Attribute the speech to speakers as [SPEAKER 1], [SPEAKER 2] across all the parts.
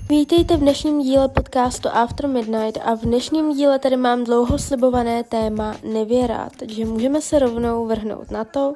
[SPEAKER 1] Vítejte v dnešním díle podcastu After Midnight a v dnešním díle tady mám dlouho slibované téma nevěra, takže můžeme se rovnou vrhnout na to.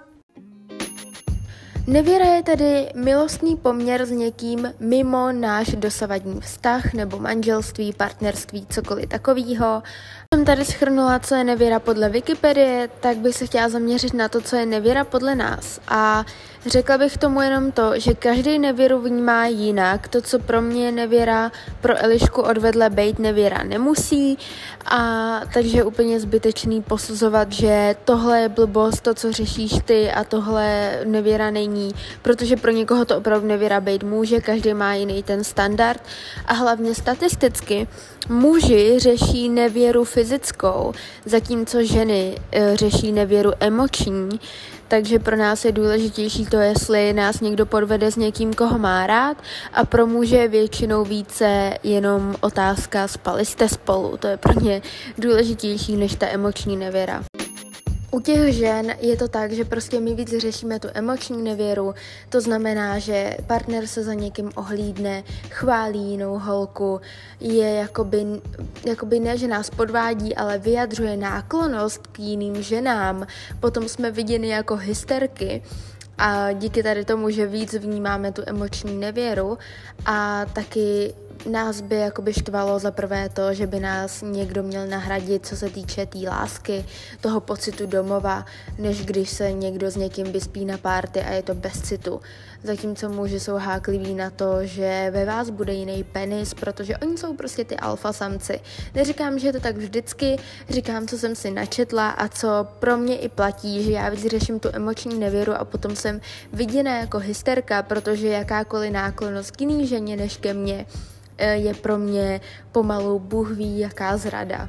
[SPEAKER 1] Nevěra je tedy milostný poměr s někým mimo náš dosavadní vztah nebo manželství, partnerství, cokoliv takového. Jsem tady shrnula, co je nevěra podle Wikipedie, tak bych se chtěla zaměřit na to, co je nevěra podle nás. A řekla bych tomu jenom to, že každý nevěru vnímá jinak. To, co pro mě je nevěra, pro Elišku odvedle bejt nevěra nemusí. A takže je úplně zbytečný posuzovat, že tohle je blbost, to, co řešíš ty a tohle nevěra není. Protože pro někoho to opravdu nevěra bejt může, každý má jiný ten standard. A hlavně statisticky muži řeší nevěru fyzickou, zatímco ženy řeší nevěru emoční, takže pro nás je důležitější to, jestli nás někdo podvede s někým, koho má rád, a pro muže je většinou více jenom otázka, spali jste spolu, to je pro ně důležitější než ta emoční nevěra. U těch žen je to tak, že prostě my víc řešíme tu emoční nevěru, to znamená, že partner se za někým ohlídne, chválí jinou holku, je jakoby ne, že nás podvádí, ale vyjadřuje náklonnost k jiným ženám, potom jsme viděni jako hysterky. A díky tady tomu, že víc vnímáme tu emoční nevěru a taky nás by jakoby štvalo za prvé to, že by nás někdo měl nahradit, co se týče té lásky, toho pocitu domova, než když se někdo s někým vyspí na párty a je to bez citu. Zatímco muži jsou hákliví na to, že ve vás bude jiný penis, protože oni jsou prostě ty alfa samci. Neříkám, že je to tak vždycky, říkám, co jsem si načetla a co pro mě i platí, že já víc řeším tu emoční nevěru a potom jsem viděna jako hysterka, protože jakákoliv náklonnost k jiný ženě než ke mně je pro mě pomalu Bůh ví jaká zrada.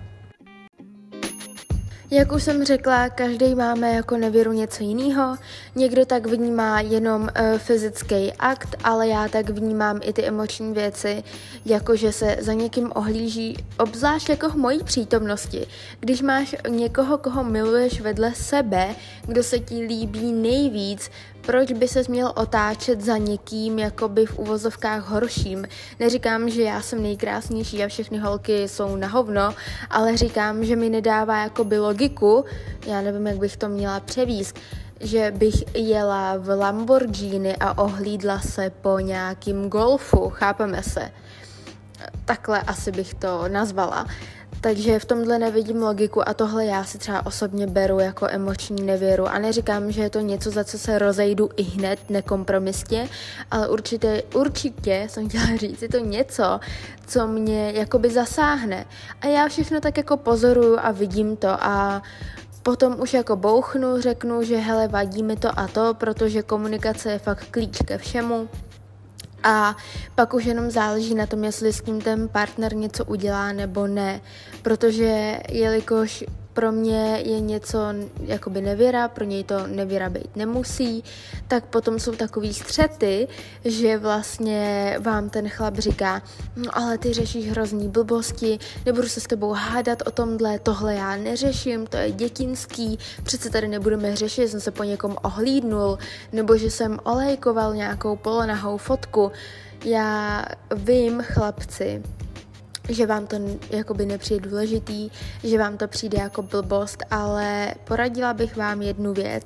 [SPEAKER 1] Jak už jsem řekla, každý máme jako nevěru něco jiného. Někdo tak vnímá jenom fyzický akt, ale já tak vnímám i ty emoční věci, jako že se za někým ohlíží, obzvlášť jako v mojí přítomnosti. Když máš někoho, koho miluješ vedle sebe, kdo se ti líbí nejvíc, proč by ses měl otáčet za někým jakoby v uvozovkách horším? Neříkám, že já jsem nejkrásnější a všechny holky jsou na hovno, ale říkám, že mi nedává jakoby logiku, já nevím, jak bych to měla převíst, že bych jela v Lamborghini a ohlídla se po nějakým golfu, chápeme se? Takhle asi bych to nazvala. Takže v tomhle nevidím logiku a tohle já si třeba osobně beru jako emoční nevěru a neříkám, že je to něco, za co se rozejdu i hned nekompromisně, ale určitě jsem chtěla říct, je to něco, co mě jakoby zasáhne a já všechno tak jako pozoruju a vidím to a potom už jako bouchnu, řeknu, že hele, vadí mi to a to, protože komunikace je fakt klíč ke všemu. A pak už jenom záleží na tom, jestli s tím ten partner něco udělá nebo ne, protože jelikož pro mě je něco jakoby nevěra, pro něj to nevěra být nemusí, tak potom jsou takový střety, že vlastně vám ten chlap říká, no ale ty řešíš hrozný blbosti, nebudu se s tebou hádat o tomhle, tohle já neřeším, to je dětinský, přece tady nebudeme řešit, jsem se po někom ohlídnul, nebo že jsem olejkoval nějakou polonahou fotku. Já vím, chlapci, že vám to jakoby nepřijde důležitý, že vám to přijde jako blbost, ale poradila bych vám jednu věc.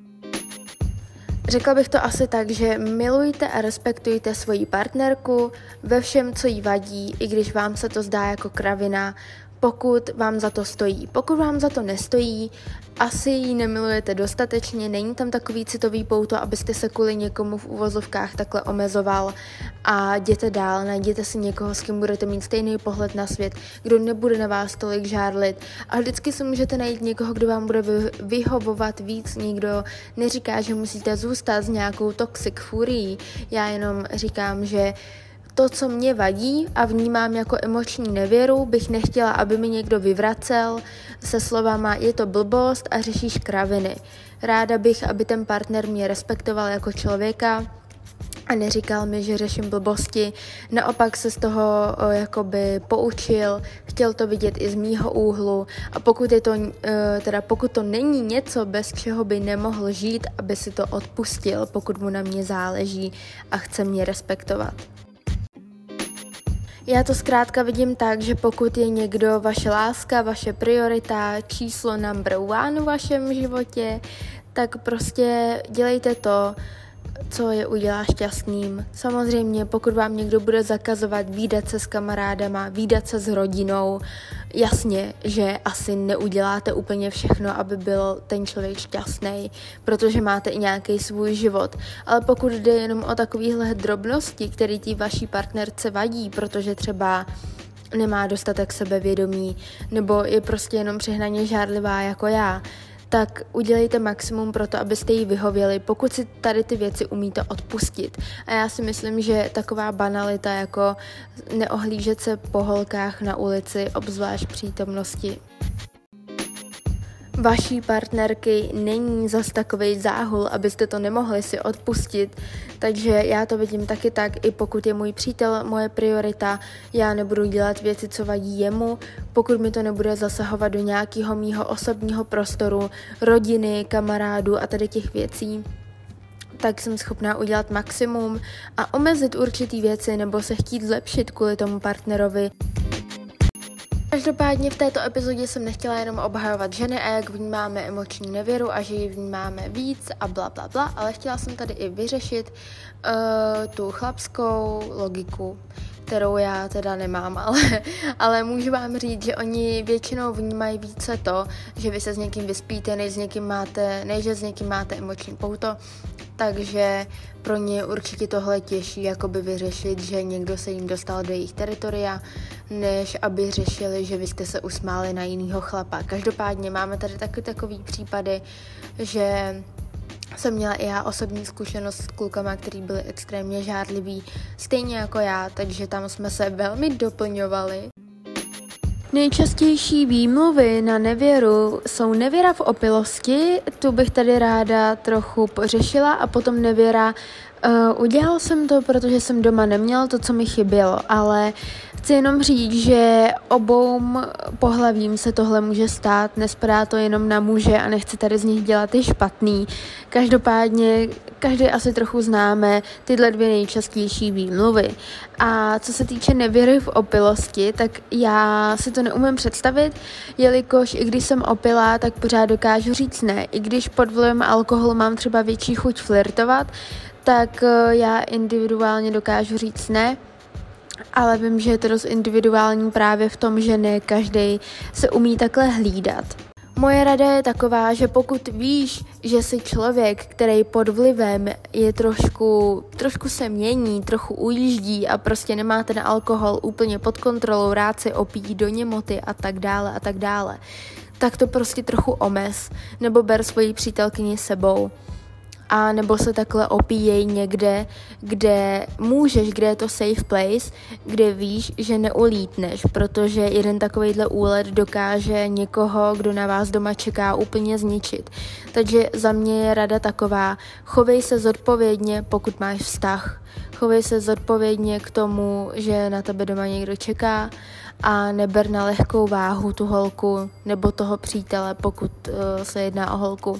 [SPEAKER 1] Řekla bych to asi tak, že milujte a respektujte svoji partnerku ve všem, co jí vadí, i když vám se to zdá jako kravina, pokud vám za to stojí. Pokud vám za to nestojí, asi ji nemilujete dostatečně, není tam takový citový pouto, abyste se kvůli někomu v uvozovkách takhle omezoval a jděte dál, najděte si někoho, s kým budete mít stejný pohled na svět, kdo nebude na vás tolik žárlit a vždycky si můžete najít někoho, kdo vám bude vyhovovat víc, nikdo neříká, že musíte zůstat s nějakou toxic furií, já jenom říkám, že to, co mě vadí a vnímám jako emoční nevěru, bych nechtěla, aby mi někdo vyvracel se slovama je to blbost a řešíš kraviny. Ráda bych, aby ten partner mě respektoval jako člověka a neříkal mi, že řeším blbosti. Naopak se z toho jakoby poučil, chtěl to vidět i z mýho úhlu a pokud to není něco, bez čeho by nemohl žít, aby si to odpustil, pokud mu na mě záleží a chce mě respektovat. Já to zkrátka vidím tak, že pokud je někdo vaše láska, vaše priorita, číslo number one v vašem životě, tak prostě dělejte to, co je udělá šťastným. Samozřejmě, pokud vám někdo bude zakazovat vídat se s kamarádama, vídat se s rodinou, jasně, že asi neuděláte úplně všechno, aby byl ten člověk šťastný, protože máte i nějaký svůj život. Ale pokud jde jenom o takovéhle drobnosti, které tí vaší partnerce vadí, protože třeba nemá dostatek sebevědomí, nebo je prostě jenom přehnaně žárlivá jako já, tak udělejte maximum pro to, abyste jí vyhověli, pokud si tady ty věci umíte odpustit. A já si myslím, že taková banalita jako neohlížet se po holkách na ulici, obzvlášť přítomnosti vaší partnerky, není zas takovej záhul, abyste to nemohli si odpustit. Takže já to vidím taky tak, i pokud je můj přítel moje priorita, já nebudu dělat věci, co vadí jemu, pokud mi to nebude zasahovat do nějakého mýho osobního prostoru, rodiny, kamarádů a tady těch věcí, tak jsem schopná udělat maximum a omezit určitý věci nebo se chtít zlepšit kvůli tomu partnerovi. Každopádně v této epizodě jsem nechtěla jenom obhajovat ženy a jak vnímáme emoční nevěru a že ji vnímáme víc a bla bla bla, ale chtěla jsem tady i vyřešit tu chlapskou logiku, kterou já teda nemám, ale můžu vám říct, že oni většinou vnímají více to, že vy se s někým vyspíte, než že s někým máte emoční pouto, takže pro ně určitě tohle těžší jakoby vyřešit, že někdo se jim dostal do jejich teritoria, než aby řešili, že vy jste se usmáli na jinýho chlapa. Každopádně máme tady taky takový případy, že jsem měla i já osobní zkušenost s klukama, který byli extrémně žárliví, stejně jako já, takže tam jsme se velmi doplňovali. Nejčastější výmluvy na nevěru jsou nevěra v opilosti, tu bych tady ráda trochu pořešila, a potom nevěra, udělal jsem to, protože jsem doma neměl to, co mi chybělo, ale chci jenom říct, že obou pohlavím se tohle může stát, nespadá to jenom na muže a nechci tady z nich dělat ty špatný. Každopádně každý asi trochu známe tyhle dvě nejčastější výmluvy. A co se týče nevěry v opilosti, tak já si to neumím představit, jelikož i když jsem opilá, tak pořád dokážu říct ne. I když pod vlivem alkoholu mám třeba větší chuť flirtovat, tak já individuálně dokážu říct ne, ale vím, že je to dost individuální právě v tom, že ne každý se umí takhle hlídat. Moje rada je taková, že pokud víš, že jsi člověk, který pod vlivem je trošku se mění, trochu ujíždí a prostě nemá ten alkohol úplně pod kontrolou, rád se opíjí do němoty a tak dále, tak to prostě trochu omez, nebo ber svoji přítelkyni sebou. A nebo se takhle opíjej někde, kde můžeš, kde je to safe place, kde víš, že neulítneš, protože jeden takovejhle úlet dokáže někoho, kdo na vás doma čeká, úplně zničit. Takže za mě je rada taková, chovej se zodpovědně, pokud máš vztah. Chovej se zodpovědně k tomu, že na tebe doma někdo čeká, a neber na lehkou váhu tu holku nebo toho přítele, pokud se jedná o holku.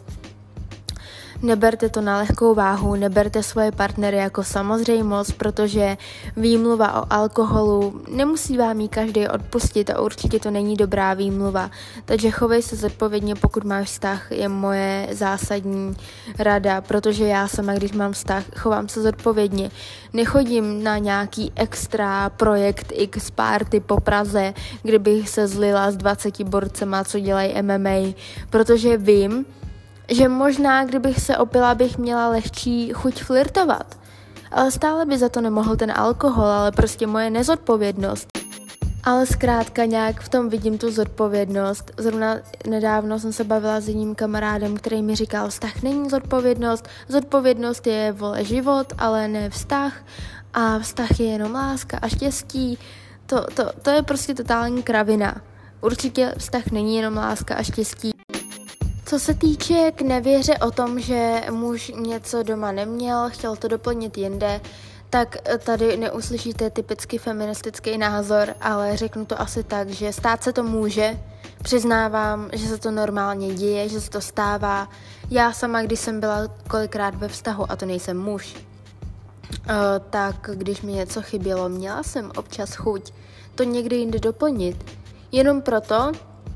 [SPEAKER 1] Neberte to na lehkou váhu, neberte svoje partnery jako samozřejmost, protože výmluva o alkoholu nemusí vám ji každý odpustit a určitě to není dobrá výmluva. Takže chovej se zodpovědně, pokud máš vztah, je moje zásadní rada, protože já sama, když mám vztah, chovám se zodpovědně. Nechodím na nějaký extra projekt X party po Praze, kde bych se zlila s 20 borcema, co dělají MMA, protože vím, že možná, kdybych se opila, bych měla lehčí chuť flirtovat. Ale stále by za to nemohl ten alkohol, ale prostě moje nezodpovědnost. Ale zkrátka nějak v tom vidím tu zodpovědnost. Zrovna nedávno jsem se bavila s jedním kamarádem, který mi říkal, vztah není zodpovědnost, zodpovědnost je vole život, ale ne vztah. A vztah je jenom láska a štěstí. To je prostě totální kravina. Určitě vztah není jenom láska a štěstí. Co se týče k nevěře o tom, že muž něco doma neměl, chtěl to doplnit jinde, tak tady neuslyšíte typicky feministický názor, ale řeknu to asi tak, že stát se to může, přiznávám, že se to normálně děje, že se to stává. Já sama, když jsem byla kolikrát ve vztahu, a to nejsem muž, tak když mi něco chybělo, měla jsem občas chuť to někde jinde doplnit. Jenom proto,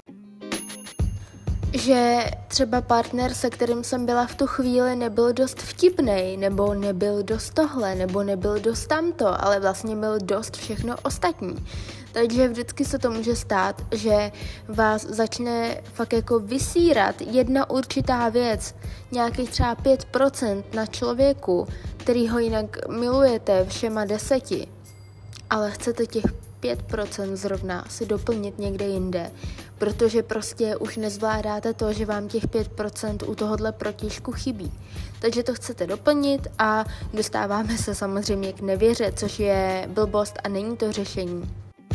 [SPEAKER 1] že třeba partner, se kterým jsem byla v tu chvíli, nebyl dost vtipnej, nebo nebyl dost tohle, nebo nebyl dost tamto, ale vlastně byl dost všechno ostatní. Takže vždycky se to může stát, že vás začne fakt jako vysírat jedna určitá věc, nějakých třeba 5% na člověku, který ho jinak milujete všema 10, ale chcete těch 5% zrovna si doplnit někde jinde, protože prostě už nezvládáte to, že vám těch 5% u tohohle protějšku chybí. Takže to chcete doplnit a dostáváme se samozřejmě k nevěře, což je blbost a není to řešení.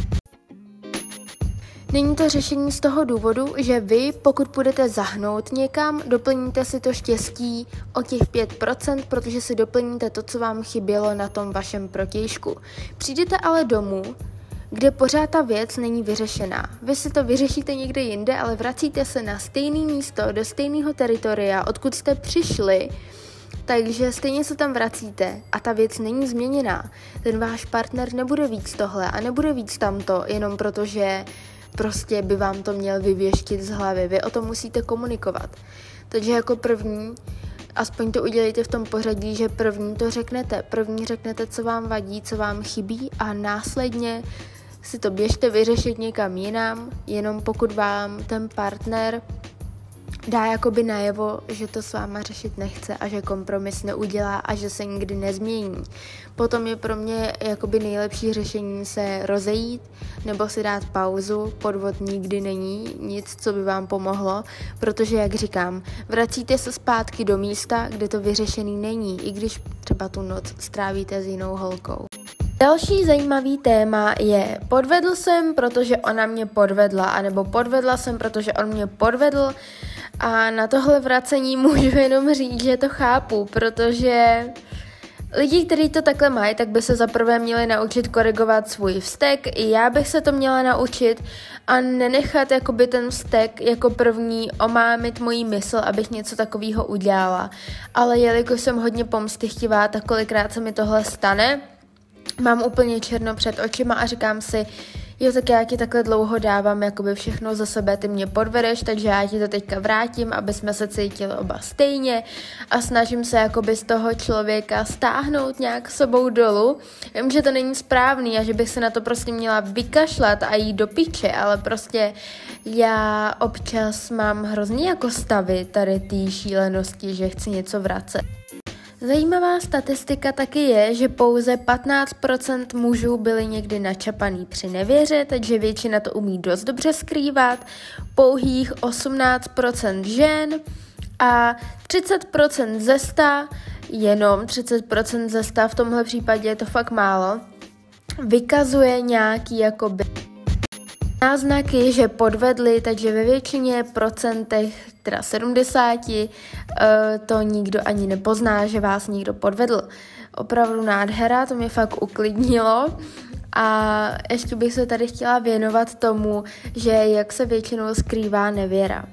[SPEAKER 1] Není to řešení z toho důvodu, že vy, pokud budete zahnout někam, doplníte si to štěstí o těch 5%, protože si doplníte to, co vám chybělo na tom vašem protějšku. Přijdete ale domů, kde pořád ta věc není vyřešená. Vy si to vyřešíte někde jinde, ale vracíte se na stejné místo, do stejného teritoria, odkud jste přišli, takže stejně se tam vracíte a ta věc není změněná. Ten váš partner nebude víc tohle a nebude víc tamto, jenom protože prostě by vám to měl vyvěštit z hlavy. Vy o tom musíte komunikovat. Takže jako první, aspoň to udělejte v tom pořadí, že první to řeknete. První řeknete, co vám vadí, co vám chybí a následně si to běžte vyřešit někam jinam, jenom pokud vám ten partner dá jakoby najevo, že to s váma řešit nechce a že kompromis neudělá a že se nikdy nezmění. Potom je pro mě jakoby nejlepší řešení se rozejít nebo si dát pauzu. Podvod nikdy není nic, co by vám pomohlo, protože, jak říkám, vracíte se zpátky do místa, kde to vyřešený není, i když třeba tu noc strávíte s jinou holkou. Další zajímavý téma je podvedl jsem, protože ona mě podvedla, anebo podvedla jsem, protože on mě podvedl. A na tohle vracení můžu jenom říct, že to chápu, protože lidi, kteří to takhle mají, tak by se zaprvé měli naučit korigovat svůj vztek. I já bych se to měla naučit a nenechat jakoby ten vztek jako první omámit mojí mysl, abych něco takového udělala. Ale jelikož jsem hodně pomstychtivá, tak kolikrát se mi tohle stane, mám úplně černo před očima a říkám si, jo, tak já ti takhle dlouho dávám jakoby všechno za sebe, ty mě podvedeš, takže já ti to teďka vrátím, aby jsme se cítili oba stejně a snažím se jakoby z toho člověka stáhnout nějak sobou dolů. Vím, že to není správný a že bych se na to prostě měla vykašlat a jít do piče, ale prostě já občas mám hrozně jako stavy tady té šílenosti, že chci něco vracet. Zajímavá statistika taky je, že pouze 15% mužů byli někdy načapaný při nevěře, takže většina to umí dost dobře skrývat, pouhých 18% žen a 30% ze 100, jenom 30% ze 100, v tomhle případě je to fakt málo, vykazuje nějaký jakoby náznaky, že podvedli, takže ve většině procentech, teda 70, to nikdo ani nepozná, že vás někdo podvedl. Opravdu nádhera, to mě fakt uklidnilo. A ještě bych se tady chtěla věnovat tomu, že jak se většinou skrývá nevěra.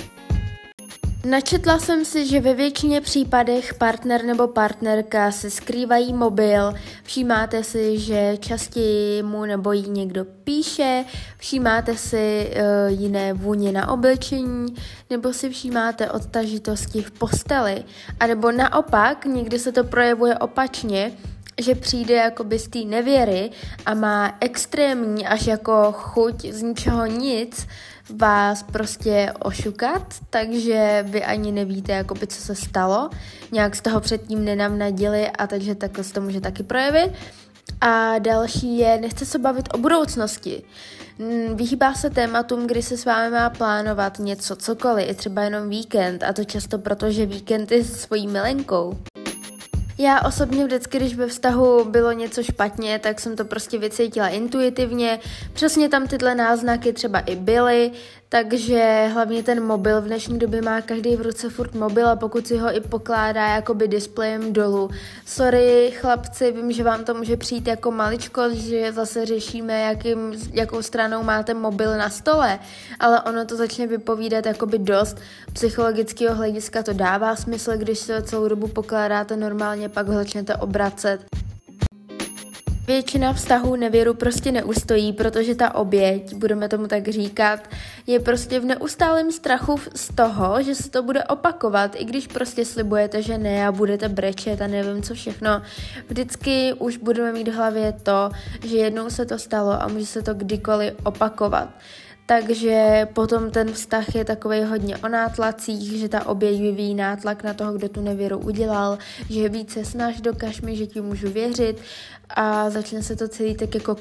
[SPEAKER 1] Načetla jsem si, že ve většině případech partner nebo partnerka si skrývají mobil, všímáte si, že častěji mu nebo jí někdo píše, všímáte si jiné vůně na oblečení, nebo si všímáte odtažitosti v posteli, anebo naopak, někdy se to projevuje opačně, že přijde jakoby z té nevěry a má extrémní až jako chuť z ničeho nic vás prostě ošukat, takže vy ani nevíte, jakoby, co se stalo. Nějak z toho předtím nenavnadili a takže takhle se to může taky projevit. A další je, nechce se bavit o budoucnosti. Vyhýbá se tématům, kdy se s vámi má plánovat něco, cokoliv, i třeba jenom víkend, a to často proto, že víkend je se svojí milenkou. Já osobně vždycky, když ve vztahu bylo něco špatně, tak jsem to prostě vycítila intuitivně. Přesně tam tyhle náznaky třeba i byly, Takže hlavně ten mobil, v dnešní době má každý v ruce furt mobil a pokud si ho i pokládá jakoby displejem dolů. Sorry chlapci, vím, že vám to může přijít jako maličkost, že zase řešíme, jakou stranou máte mobil na stole, ale ono to začne vypovídat jakoby dost. Psychologického hlediska to dává smysl, když se ho celou dobu pokládáte normálně, pak ho začnete obracet. Většina vztahů nevěru prostě neustojí, protože ta oběť, budeme tomu tak říkat, je prostě v neustálém strachu z toho, že se to bude opakovat, i když prostě slibujete, že ne a budete brečet a nevím co všechno. Vždycky už budeme mít v hlavě to, že jednou se to stalo a může se to kdykoliv opakovat. Takže potom ten vztah je takovej hodně o nátlacích, že ta oběť vyvíjí nátlak na toho, kdo tu nevěru udělal, že více snaž, dokaž mi, že ti můžu věřit a začne se to celý tak jako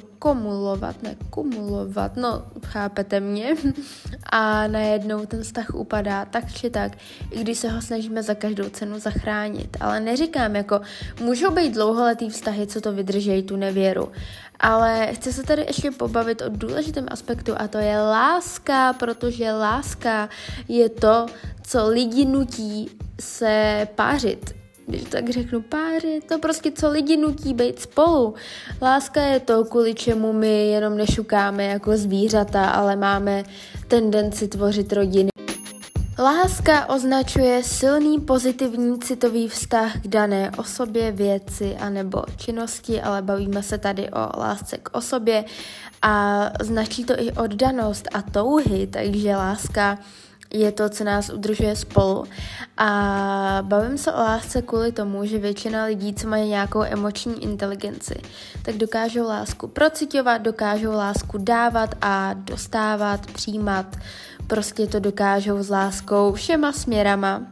[SPEAKER 1] kumulovat, no chápete mě. A najednou ten vztah upadá tak či tak, i když se ho snažíme za každou cenu zachránit. Ale neříkám, jako můžou být dlouholetý vztahy, co to vydržejí tu nevěru. Ale chci se tady ještě pobavit o důležitém aspektu a to je láska, protože láska je to, co lidi nutí se pářit. Když tak řeknu pářit, to prostě co lidi nutí být spolu. Láska je to, kvůli čemu my jenom nešukáme jako zvířata, ale máme tendenci tvořit rodiny. Láska označuje silný pozitivní citový vztah k dané osobě, věci anebo činnosti, ale bavíme se tady o lásce k osobě a značí to i oddanost a touhy, takže láska je to, co nás udržuje spolu a bavím se o lásce kvůli tomu, že většina lidí, co mají nějakou emoční inteligenci, tak dokážou lásku procitovat, dokážou lásku dávat a dostávat, přijímat, prostě to dokážou s láskou všema směrama.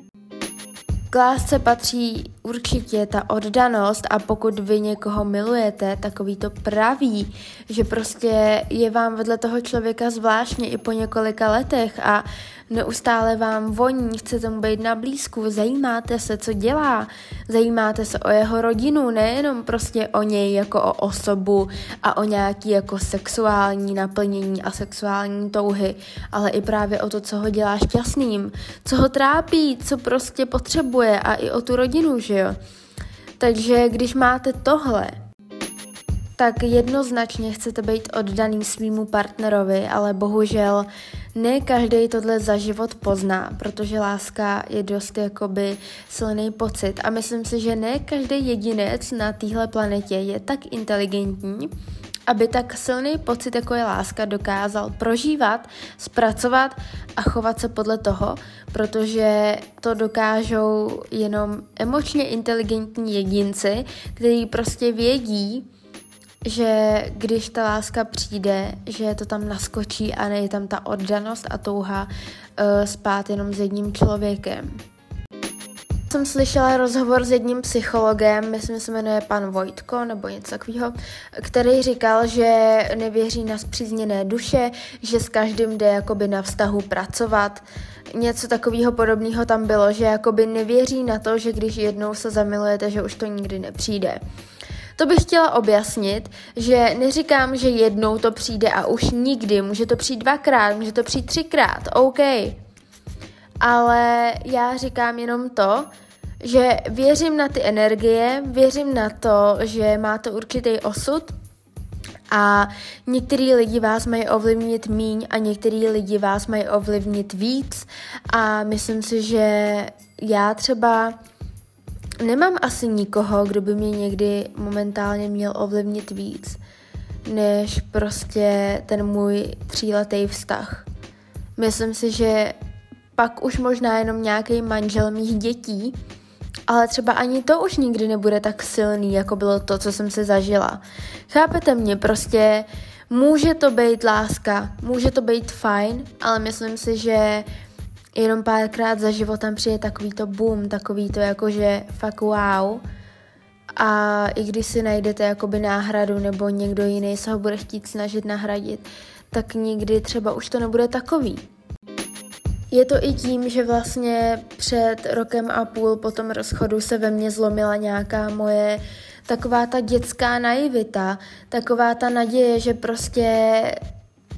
[SPEAKER 1] K lásce patří určitě ta oddanost a pokud vy někoho milujete, takový to pravý, že prostě je vám vedle toho člověka zvláštně i po několika letech a neustále vám voní, chcete mu být na blízku, zajímáte se, co dělá, zajímáte se o jeho rodinu, nejenom prostě o něj jako o osobu a o nějaký jako sexuální naplnění a sexuální touhy, ale i právě o to, co ho dělá šťastným, co ho trápí, co prostě potřebuje a i o tu rodinu, že jo. Takže když máte tohle, tak jednoznačně chcete být oddaný svýmu partnerovi, ale bohužel ne každý tohle za život pozná, protože láska je dost jakoby silný pocit a myslím si, že ne každý jedinec na téhle planetě je tak inteligentní, aby tak silný pocit, jako je láska, dokázal prožívat, zpracovat a chovat se podle toho, protože to dokážou jenom emočně inteligentní jedinci, kteří prostě vědí, že když ta láska přijde, že to tam naskočí a ne je tam ta oddanost a touha spát jenom s jedním člověkem. Jsem slyšela rozhovor s jedním psychologem, myslím, se jmenuje pan Vojtko nebo něco takového, který říkal, že nevěří na spřízněné duše, že s každým jde jakoby na vztahu pracovat. Něco takového podobného tam bylo, že jakoby nevěří na to, že když jednou se zamilujete, že už to nikdy nepřijde. To bych chtěla objasnit, že neříkám, že jednou to přijde a už nikdy, může to přijít 2krát, může to přijít 3krát, OK. Ale já říkám jenom to, že věřím na ty energie, věřím na to, že máte určitý osud a některý lidi vás mají ovlivnit míň a některý lidi vás mají ovlivnit víc a myslím si, že já třeba nemám asi nikoho, kdo by mě někdy momentálně měl ovlivnit víc, než prostě ten můj 3letý vztah. Myslím si, že pak už možná jenom nějaký manžel mých dětí, ale třeba ani to už nikdy nebude tak silný, jako bylo to, co jsem si zažila. Chápete mě? Prostě může to být láska, může to být fajn, ale myslím si, že jenom párkrát za životem přijde takový to boom, takový to jakože fakt wow. A i když si najdete jakoby náhradu nebo někdo jiný se ho bude chtít snažit nahradit, tak nikdy třeba už to nebude takový. Je to i tím, že vlastně před 1,5 roku po tom rozchodu se ve mně zlomila nějaká moje taková ta dětská naivita, taková ta naděje, že prostě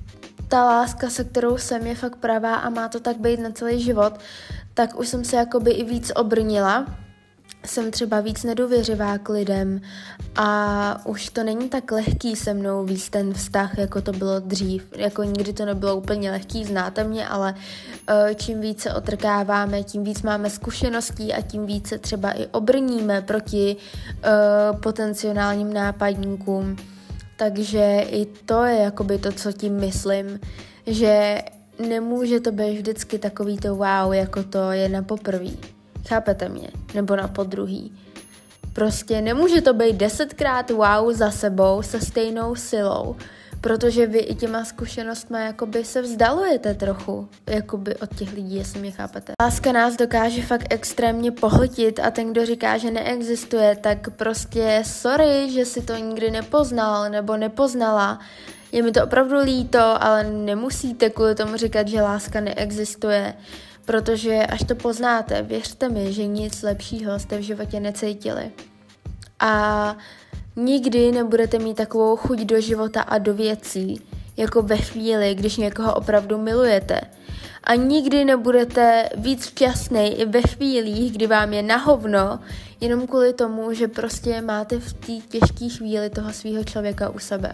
[SPEAKER 1] ta láska, se kterou jsem, je fakt pravá a má to tak být na celý život, tak už jsem se jakoby i víc obrnila. Jsem třeba víc nedůvěřivá k lidem a už to není tak lehký se mnou víc ten vztah, jako to bylo dřív. Jako nikdy to nebylo úplně lehký, znáte mě, ale čím víc se otrkáváme, tím víc máme zkušeností a tím více třeba i obrníme proti potenciálním nápadníkům. Takže i to je jakoby to, co tím myslím, že nemůže to být vždycky takový to wow, jako to je na poprvý. Chápete mě? Nebo na podruhý. Prostě nemůže to být 10krát wow za sebou se stejnou silou, protože vy i těma zkušenostma jakoby se vzdalujete trochu, jakoby od těch lidí, jestli mě chápete. Láska nás dokáže fakt extrémně pohltit a ten, kdo říká, že neexistuje, tak prostě sorry, že si to nikdy nepoznal nebo nepoznala. Je mi to opravdu líto, ale nemusíte kvůli tomu říkat, že láska neexistuje. Protože až to poznáte, věřte mi, že nic lepšího jste v životě necítili. A nikdy nebudete mít takovou chuť do života a do věcí, jako ve chvíli, když někoho opravdu milujete. A nikdy nebudete víc šťastnej i ve chvílích, kdy vám je na hovno, jenom kvůli tomu, že prostě máte v té těžké chvíli toho svého člověka u sebe.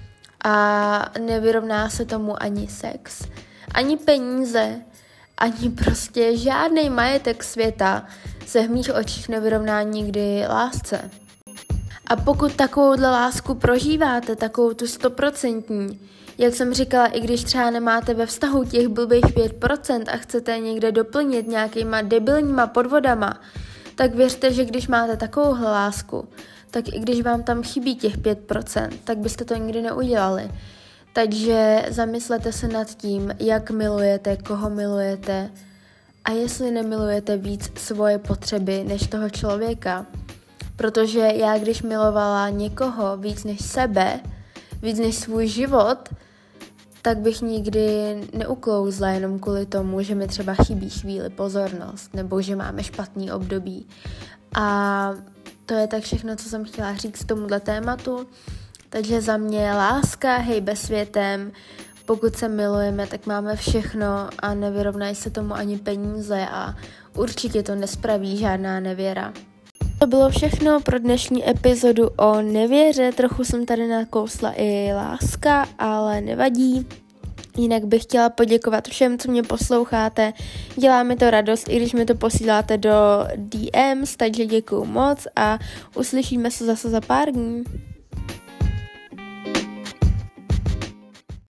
[SPEAKER 1] A nevyrovná se tomu ani sex, ani peníze, ani prostě žádný majetek světa se v mých očích nevyrovná nikdy lásce. A pokud takovouhle lásku prožíváte, takovou tu 100%, jak jsem říkala, i když třeba nemáte ve vztahu těch blbých 5% a chcete někde doplnit nějakýma debilníma podvodama, tak věřte, že když máte takovouhle lásku, tak i když vám tam chybí těch 5%, tak byste to nikdy neudělali. Takže zamyslete se nad tím, jak milujete, koho milujete a jestli nemilujete víc svoje potřeby než toho člověka. Protože já, když milovala někoho víc než sebe, víc než svůj život, tak bych nikdy neuklouzla jenom kvůli tomu, že mi třeba chybí chvíli pozornost nebo že máme špatný období. A to je tak všechno, co jsem chtěla říct k tomuhle tématu. Takže za mě láska hejbe světem, pokud se milujeme, tak máme všechno a nevyrovnají se tomu ani peníze a určitě to nespraví žádná nevěra. To bylo všechno pro dnešní epizodu o nevěře, trochu jsem tady nakousla i láska, ale nevadí. Jinak bych chtěla poděkovat všem, co mě posloucháte, dělá mi to radost, i když mi to posíláte do DMs, takže děkuju moc a uslyšíme se zase za pár dní.